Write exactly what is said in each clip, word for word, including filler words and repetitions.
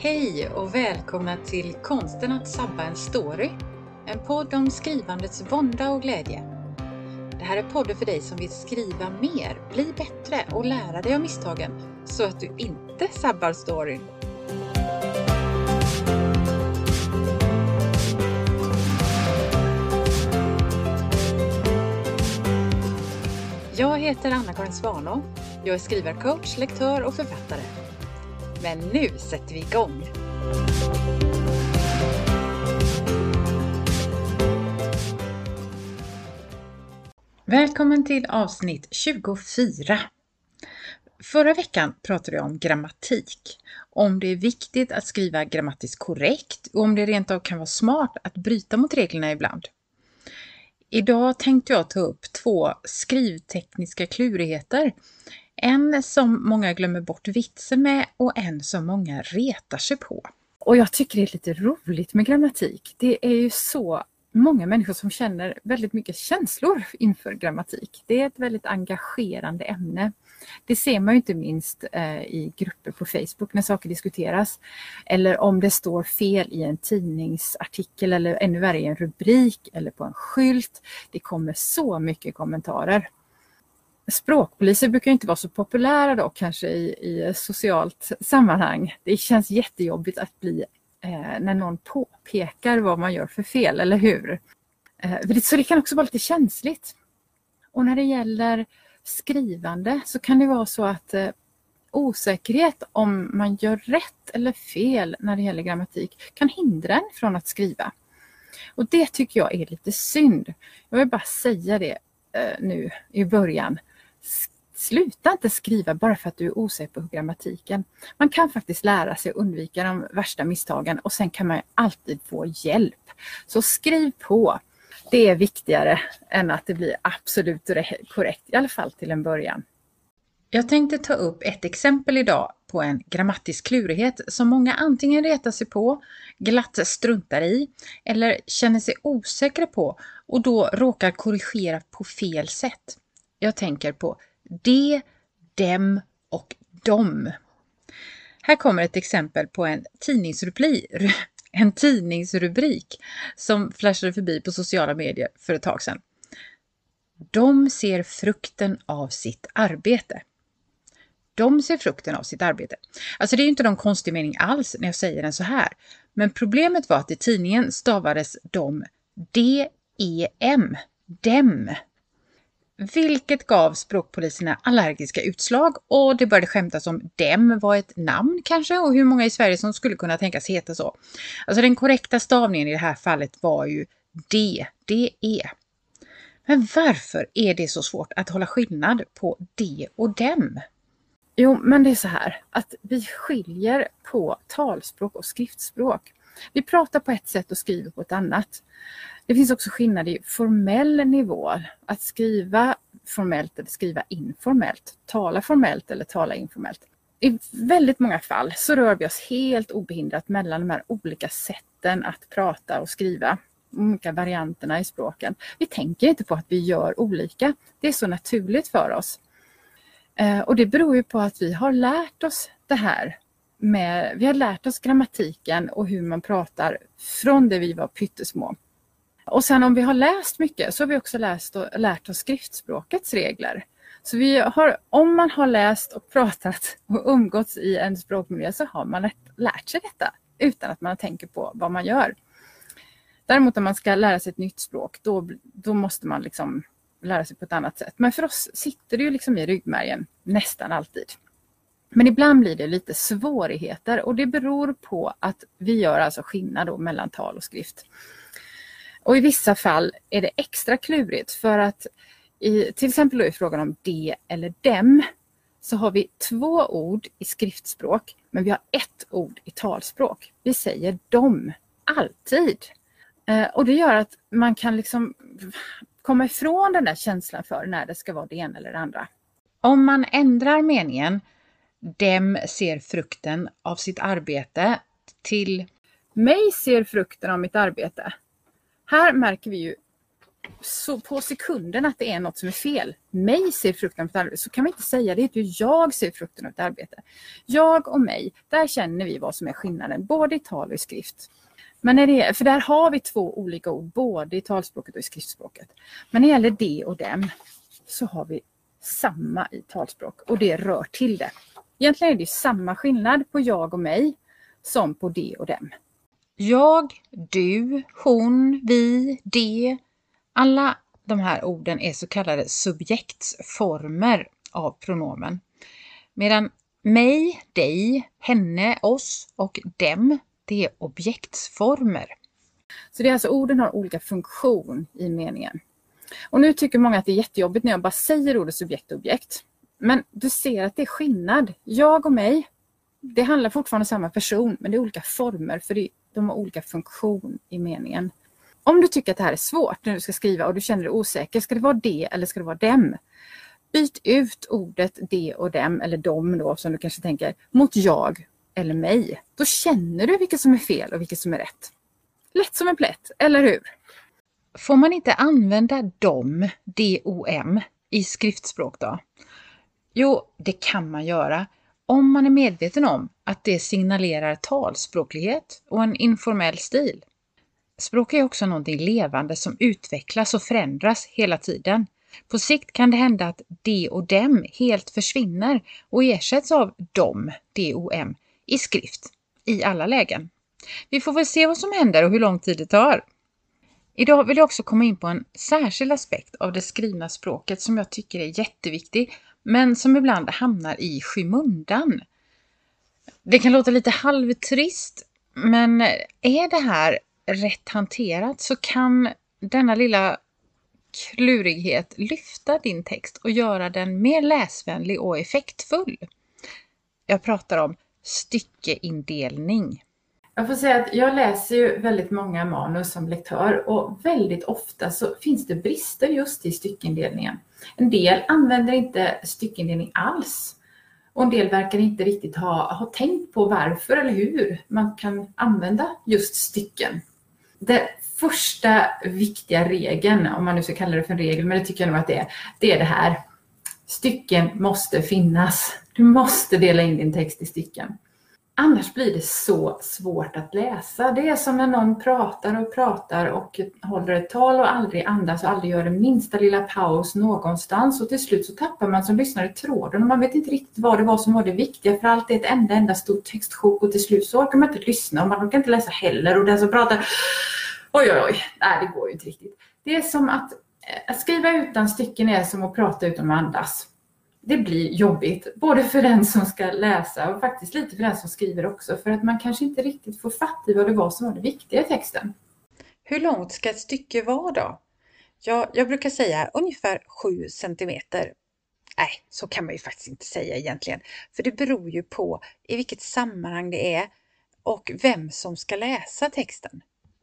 Hej och välkomna till Konsten att sabba en story. En podd om skrivandets vånda och glädje. Det här är podden för dig som vill skriva mer, bli bättre och lära dig av misstagen så att du inte sabbar storyn. Jag heter Anna-Karin Svanå. Jag är skrivarcoach, lektör och författare. Men nu sätter vi igång! Välkommen till avsnitt tjugofyra. Förra veckan pratade jag om grammatik. Om det är viktigt att skriva grammatiskt korrekt och om det rent av kan vara smart att bryta mot reglerna ibland. Idag tänkte jag ta upp två skrivtekniska klurigheter. En som många glömmer bort vitsen med och en som många retar sig på. Och jag tycker det är lite roligt med grammatik. Det är ju så många människor som känner väldigt mycket känslor inför grammatik. Det är ett väldigt engagerande ämne. Det ser man ju inte minst eh, i grupper på Facebook när saker diskuteras. Eller om det står fel i en tidningsartikel eller ännu värre i en rubrik eller på en skylt. Det kommer så mycket kommentarer. Språkpoliser brukar inte vara så populära då kanske i, i socialt sammanhang. Det känns jättejobbigt att bli eh, när någon påpekar vad man gör för fel, eller hur? Eh, så det kan också vara lite känsligt. Och när det gäller skrivande så kan det vara så att eh, osäkerhet om man gör rätt eller fel när det gäller grammatik kan hindra en från att skriva. Och det tycker jag är lite synd. Jag vill bara säga det eh, nu i början. Sluta inte skriva bara för att du är osäker på grammatiken. Man kan faktiskt lära sig att undvika de värsta misstagen och sen kan man alltid få hjälp. Så skriv på. Det är viktigare än att det blir absolut korrekt, i alla fall till en början. Jag tänkte ta upp ett exempel idag på en grammatisk klurighet som många antingen retar sig på, glatt struntar i eller känner sig osäkra på och då råkar korrigera på fel sätt. Jag tänker på de, dem och dom. Här kommer ett exempel på en tidningsrubrik, en tidningsrubrik som flashade förbi på sociala medier för ett tag sedan. De ser frukten av sitt arbete. De ser frukten av sitt arbete. Alltså det är ju inte någon konstig mening alls när jag säger den så här. Men problemet var att i tidningen stavades de D-E-M. Dem. Vilket gav språkpoliserna allergiska utslag och det började skämtas om dem var ett namn kanske och hur många i Sverige som skulle kunna tänkas heta så. Alltså den korrekta stavningen i det här fallet var ju D, D-E. Men varför är det så svårt att hålla skillnad på D och dem? Jo, men det är så här att vi skiljer på talspråk och skriftspråk. Vi pratar på ett sätt och skriver på ett annat. Det finns också skillnad i formell nivå. Att skriva formellt eller skriva informellt. Tala formellt eller tala informellt. I väldigt många fall så rör vi oss helt obehindrat mellan de här olika sätten att prata och skriva. Olika varianterna i språken. Vi tänker inte på att vi gör olika. Det är så naturligt för oss. Och det beror ju på att vi har lärt oss det här. Med, vi har lärt oss grammatiken och hur man pratar från det vi var pyttesmå. Och sen om vi har läst mycket så har vi också läst och lärt oss skriftspråkets regler. Så vi har, om man har läst och pratat och umgåtts i en språkmiljö så har man lärt sig detta utan att man tänker på vad man gör. Däremot om man ska lära sig ett nytt språk då, då måste man liksom lära sig på ett annat sätt. Men för oss sitter det ju liksom i ryggmärgen nästan alltid. Men ibland blir det lite svårigheter och det beror på att vi gör alltså skillnad då mellan tal och skrift. Och i vissa fall är det extra klurigt för att i, till exempel då i frågan om de eller dem så har vi två ord i skriftspråk men vi har ett ord i talspråk. Vi säger dom alltid. Eh, och det gör att man kan liksom komma ifrån den där känslan för när det ska vara det ena eller det andra. Om man ändrar meningen dem ser frukten av sitt arbete till mig ser frukten av mitt arbete. Här märker vi ju så på sekunden att det är något som är fel. Mig ser frukten av ett arbete, så kan man inte säga det. Det är jag ser frukten av ett arbete. Jag och mig, där känner vi vad som är skillnaden, både i tal och i skrift. Men när det, för där har vi två olika ord, både i talspråket och i skriftspråket. Men när det gäller det och dem så har vi samma i talspråk och det rör till det. Egentligen är det samma skillnad på jag och mig som på det och dem. Jag, du, hon, vi, det. Alla de här orden är så kallade subjektsformer av pronomen. Medan mig, dig, henne, oss och dem, det är objektsformer. Så det är alltså orden har olika funktion i meningen. Och nu tycker många att det är jättejobbigt när jag bara säger ordet subjekt och objekt. Men du ser att det är skillnad. Jag och mig, det handlar fortfarande om samma person, men det är olika former för de har olika funktion i meningen. Om du tycker att det här är svårt när du ska skriva och du känner dig osäker, ska det vara det eller ska det vara dem? Byt ut ordet det och dem, eller dom då som du kanske tänker, mot jag eller mig. Då känner du vilket som är fel och vilket som är rätt. Lätt som en plätt, eller hur? Får man inte använda dom, dom, i skriftspråk då? Jo, det kan man göra om man är medveten om att det signalerar talspråklighet och en informell stil. Språk är också någonting levande som utvecklas och förändras hela tiden. På sikt kan det hända att de och dem helt försvinner och ersätts av dom, dom, i skrift, i alla lägen. Vi får väl se vad som händer och hur lång tid det tar. Idag vill jag också komma in på en särskild aspekt av det skrivna språket som jag tycker är jätteviktig, men som ibland hamnar i skymundan. Det kan låta lite halvtrist, men är det här rätt hanterat så kan denna lilla klurighet lyfta din text och göra den mer läsvänlig och effektfull. Jag pratar om styckeindelning. Jag får säga att jag läser ju väldigt många manus som lektör och väldigt ofta så finns det brister just i styckindelningen. En del använder inte styckindelning alls och en del verkar inte riktigt ha, ha tänkt på varför eller hur man kan använda just stycken. Den första viktiga regeln, om man nu ska kalla det för en regel, men det tycker jag nog att det är, det är det här. Stycken måste finnas. Du måste dela in din text i stycken. Annars blir det så svårt att läsa. Det är som när någon pratar och pratar och håller ett tal och aldrig andas och aldrig gör den minsta lilla paus någonstans. Och till slut så tappar man som lyssnare tråden och man vet inte riktigt vad det var som var det viktiga. För allt är ett enda, enda stort textsjok och till slut så orkar man inte lyssna och man orkar inte läsa heller. Och den som pratar, oj oj oj, nej det går ju inte riktigt. Det är som att, att skriva utan stycken är som att prata utan att andas. Det blir jobbigt, både för den som ska läsa och faktiskt lite för den som skriver också. För att man kanske inte riktigt får fatt i vad det var som var det viktiga i texten. Hur långt ska ett stycke vara då? Ja, jag brukar säga ungefär sju centimeter. Nej, så kan man ju faktiskt inte säga egentligen. För det beror ju på i vilket sammanhang det är och vem som ska läsa texten.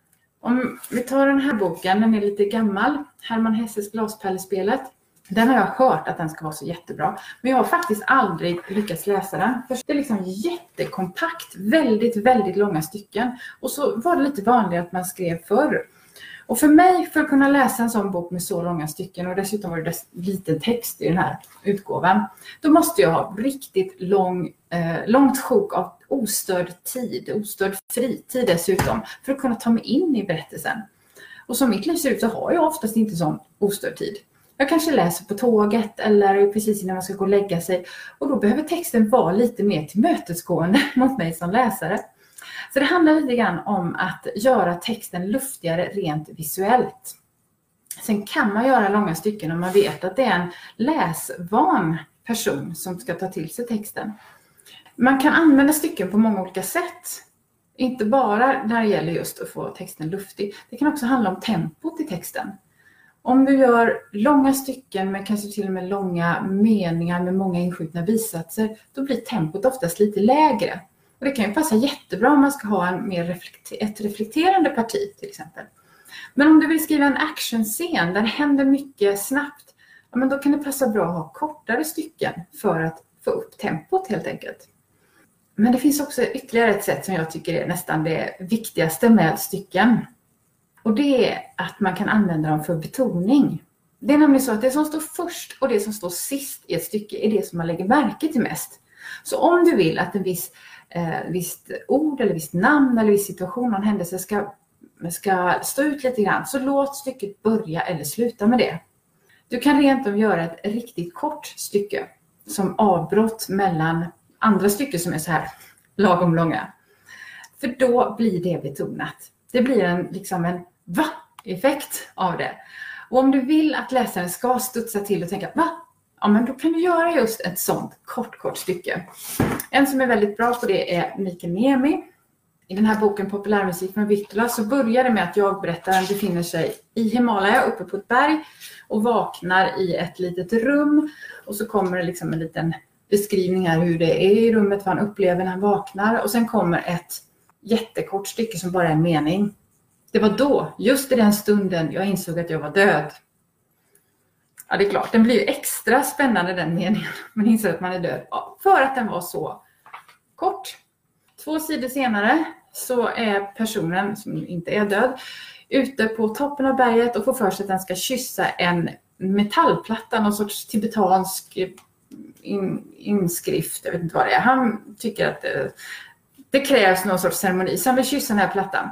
Om vi tar den här boken, den är lite gammal. Hermann Hesses Glaspärlespelet. Den har jag hört att den ska vara så jättebra. Men jag har faktiskt aldrig lyckats läsa den. För det är liksom jättekompakt. Väldigt, väldigt långa stycken. Och så var det lite vanligt att man skrev förr. Och för mig, för att kunna läsa en sån bok med så långa stycken. Och dessutom var det liten text i den här utgåvan. Då måste jag ha riktigt lång, eh, långt sjok av ostörd tid. Ostörd fritid dessutom. För att kunna ta mig in i berättelsen. Och som mitt liv ser ut så har jag oftast inte sån ostörd tid. Jag kanske läser på tåget eller precis innan man ska gå och lägga sig. Och då behöver texten vara lite mer tillmötesgående mot mig som läsare. Så det handlar lite grann om att göra texten luftigare rent visuellt. Sen kan man göra långa stycken om man vet att det är en läsvan person som ska ta till sig texten. Man kan använda stycken på många olika sätt. Inte bara när det gäller just att få texten luftig. Det kan också handla om tempot i texten. Om du gör långa stycken med kanske till och med långa meningar med många inskjutna bisatser, då blir tempot oftast lite lägre. Och det kan ju passa jättebra om man ska ha en mer reflekter- ett reflekterande parti till exempel. Men om du vill skriva en actionscen där det händer mycket snabbt, ja, men då kan det passa bra att ha kortare stycken för att få upp tempot helt enkelt. Men det finns också ytterligare ett sätt som jag tycker är nästan det viktigaste med stycken. Och det är att man kan använda dem för betoning. Det är nämligen så att det som står först och det som står sist i ett stycke är det som man lägger märke till mest. Så om du vill att en viss, eh, visst ord eller visst namn eller viss situation, någon händelse ska, ska stå ut lite grann, så låt stycket börja eller sluta med det. Du kan rent av göra ett riktigt kort stycke som avbrott mellan andra stycken som är så här lagom långa. För då blir det betonat. Det blir en, liksom en va-effekt av det. Och om du vill att läsaren ska studsa till och tänka va? Ja, men då kan du göra just ett sånt kort, kort stycke. En som är väldigt bra på det är Mikael Niemi. I den här boken Populärmusik med Vittula så börjar det med att jag-berättaren befinner sig i Himalaya uppe på ett berg och vaknar i ett litet rum. Och så kommer det liksom en liten beskrivning här hur det är i rummet, vad han upplever när han vaknar. Och sen kommer ett jättekort stycke som bara är en mening. Det var då, just i den stunden, jag insåg att jag var död. Ja, det är klart, den blir ju extra spännande den meningen. Man inser att man är död. Ja, för att den var så kort. Två sidor senare så är personen som inte är död ute på toppen av berget och får för sig att den ska kyssa en metallplatta, någon sorts tibetansk in, inskrift, jag vet inte vad det är. Han tycker att det, det krävs någon sorts ceremoni, så han vill kyssa den här plattan.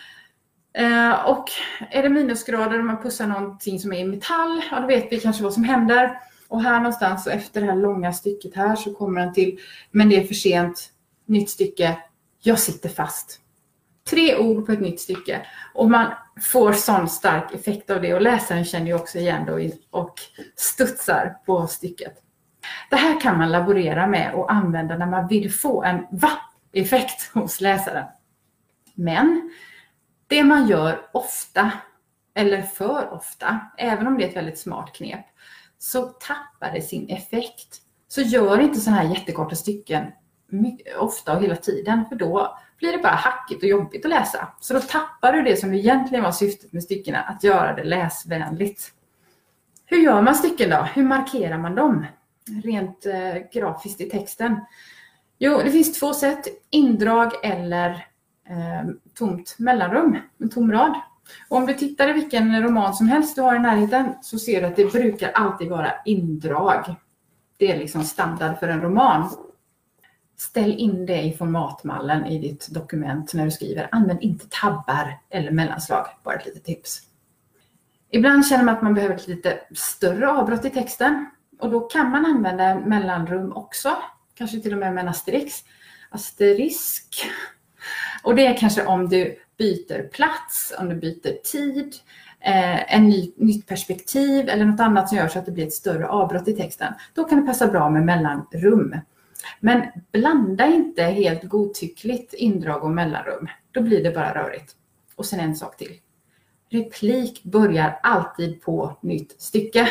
Eh, och är det minusgrader och man pussar någonting som är i metall, ja, då vet vi kanske vad som händer. Och här någonstans, och efter det här långa stycket här, så kommer han till, men det är för sent, nytt stycke, jag sitter fast. Tre ord på ett nytt stycke. Och man får sån stark effekt av det. Och läsaren känner ju också igen det och studsar på stycket. Det här kan man laborera med och använda när man vill få en va-effekt hos läsaren. Men det man gör ofta, eller för ofta, även om det är ett väldigt smart knep, så tappar det sin effekt. Så gör inte sådana här jättekorta stycken mycket, ofta och hela tiden, för då blir det bara hackigt och jobbigt att läsa. Så då tappar du det som egentligen var syftet med styckena, att göra det läsvänligt. Hur gör man stycken då? Hur markerar man dem rent eh, grafiskt i texten? Jo, det finns två sätt, indrag eller eh, tomt mellanrum, en tom rad. Och om du tittar i vilken roman som helst du har i närheten så ser du att det brukar alltid vara indrag. Det är liksom standard för en roman. Ställ in det i formatmallen i ditt dokument när du skriver. Använd inte tabbar eller mellanslag, bara ett litet tips. Ibland känner man att man behöver ett lite större avbrott i texten. Och då kan man använda mellanrum också. Kanske till och med med en asterisk. Asterisk. Och det är kanske om du byter plats, om du byter tid, eh, en ny, nytt perspektiv eller något annat som gör så att det blir ett större avbrott i texten. Då kan det passa bra med mellanrum. Men blanda inte helt godtyckligt indrag och mellanrum. Då blir det bara rörigt. Och sen en sak till. Replik börjar alltid på nytt stycke.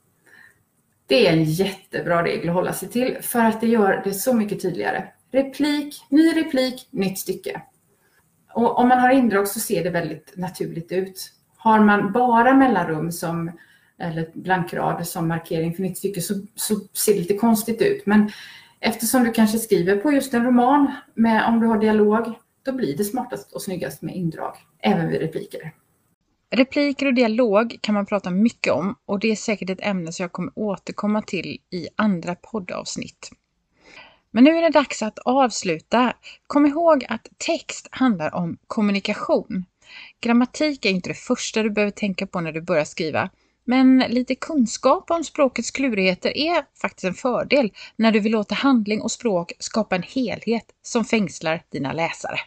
Det är en jättebra regel att hålla sig till för att det gör det så mycket tydligare. Replik, ny replik, nytt stycke. Och om man har indrag så ser det väldigt naturligt ut. Har man bara mellanrum som, eller blankrad som markering för nytt stycke så, så ser det lite konstigt ut. Men eftersom du kanske skriver på just en roman, med, om du har dialog, då blir det smartast och snyggast med indrag, även vid repliker. Repliker och dialog kan man prata mycket om och det är säkert ett ämne som jag kommer återkomma till i andra poddavsnitt. Men nu är det dags att avsluta. Kom ihåg att text handlar om kommunikation. Grammatik är inte det första du behöver tänka på när du börjar skriva. Men lite kunskap om språkets klurigheter är faktiskt en fördel när du vill låta handling och språk skapa en helhet som fängslar dina läsare.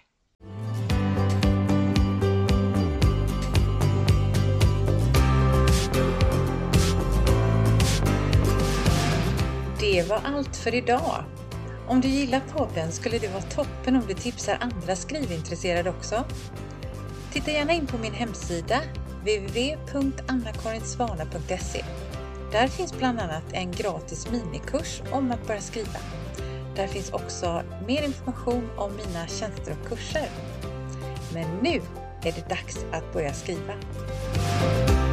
Det var allt för idag. Om du gillar podden skulle det vara toppen om du tipsar andra skrivintresserade också. Titta gärna in på min hemsida w w w punkt anna karin svana punkt se. Där finns bland annat en gratis minikurs om att börja skriva. Där finns också mer information om mina tjänster och kurser. Men nu är det dags att börja skriva.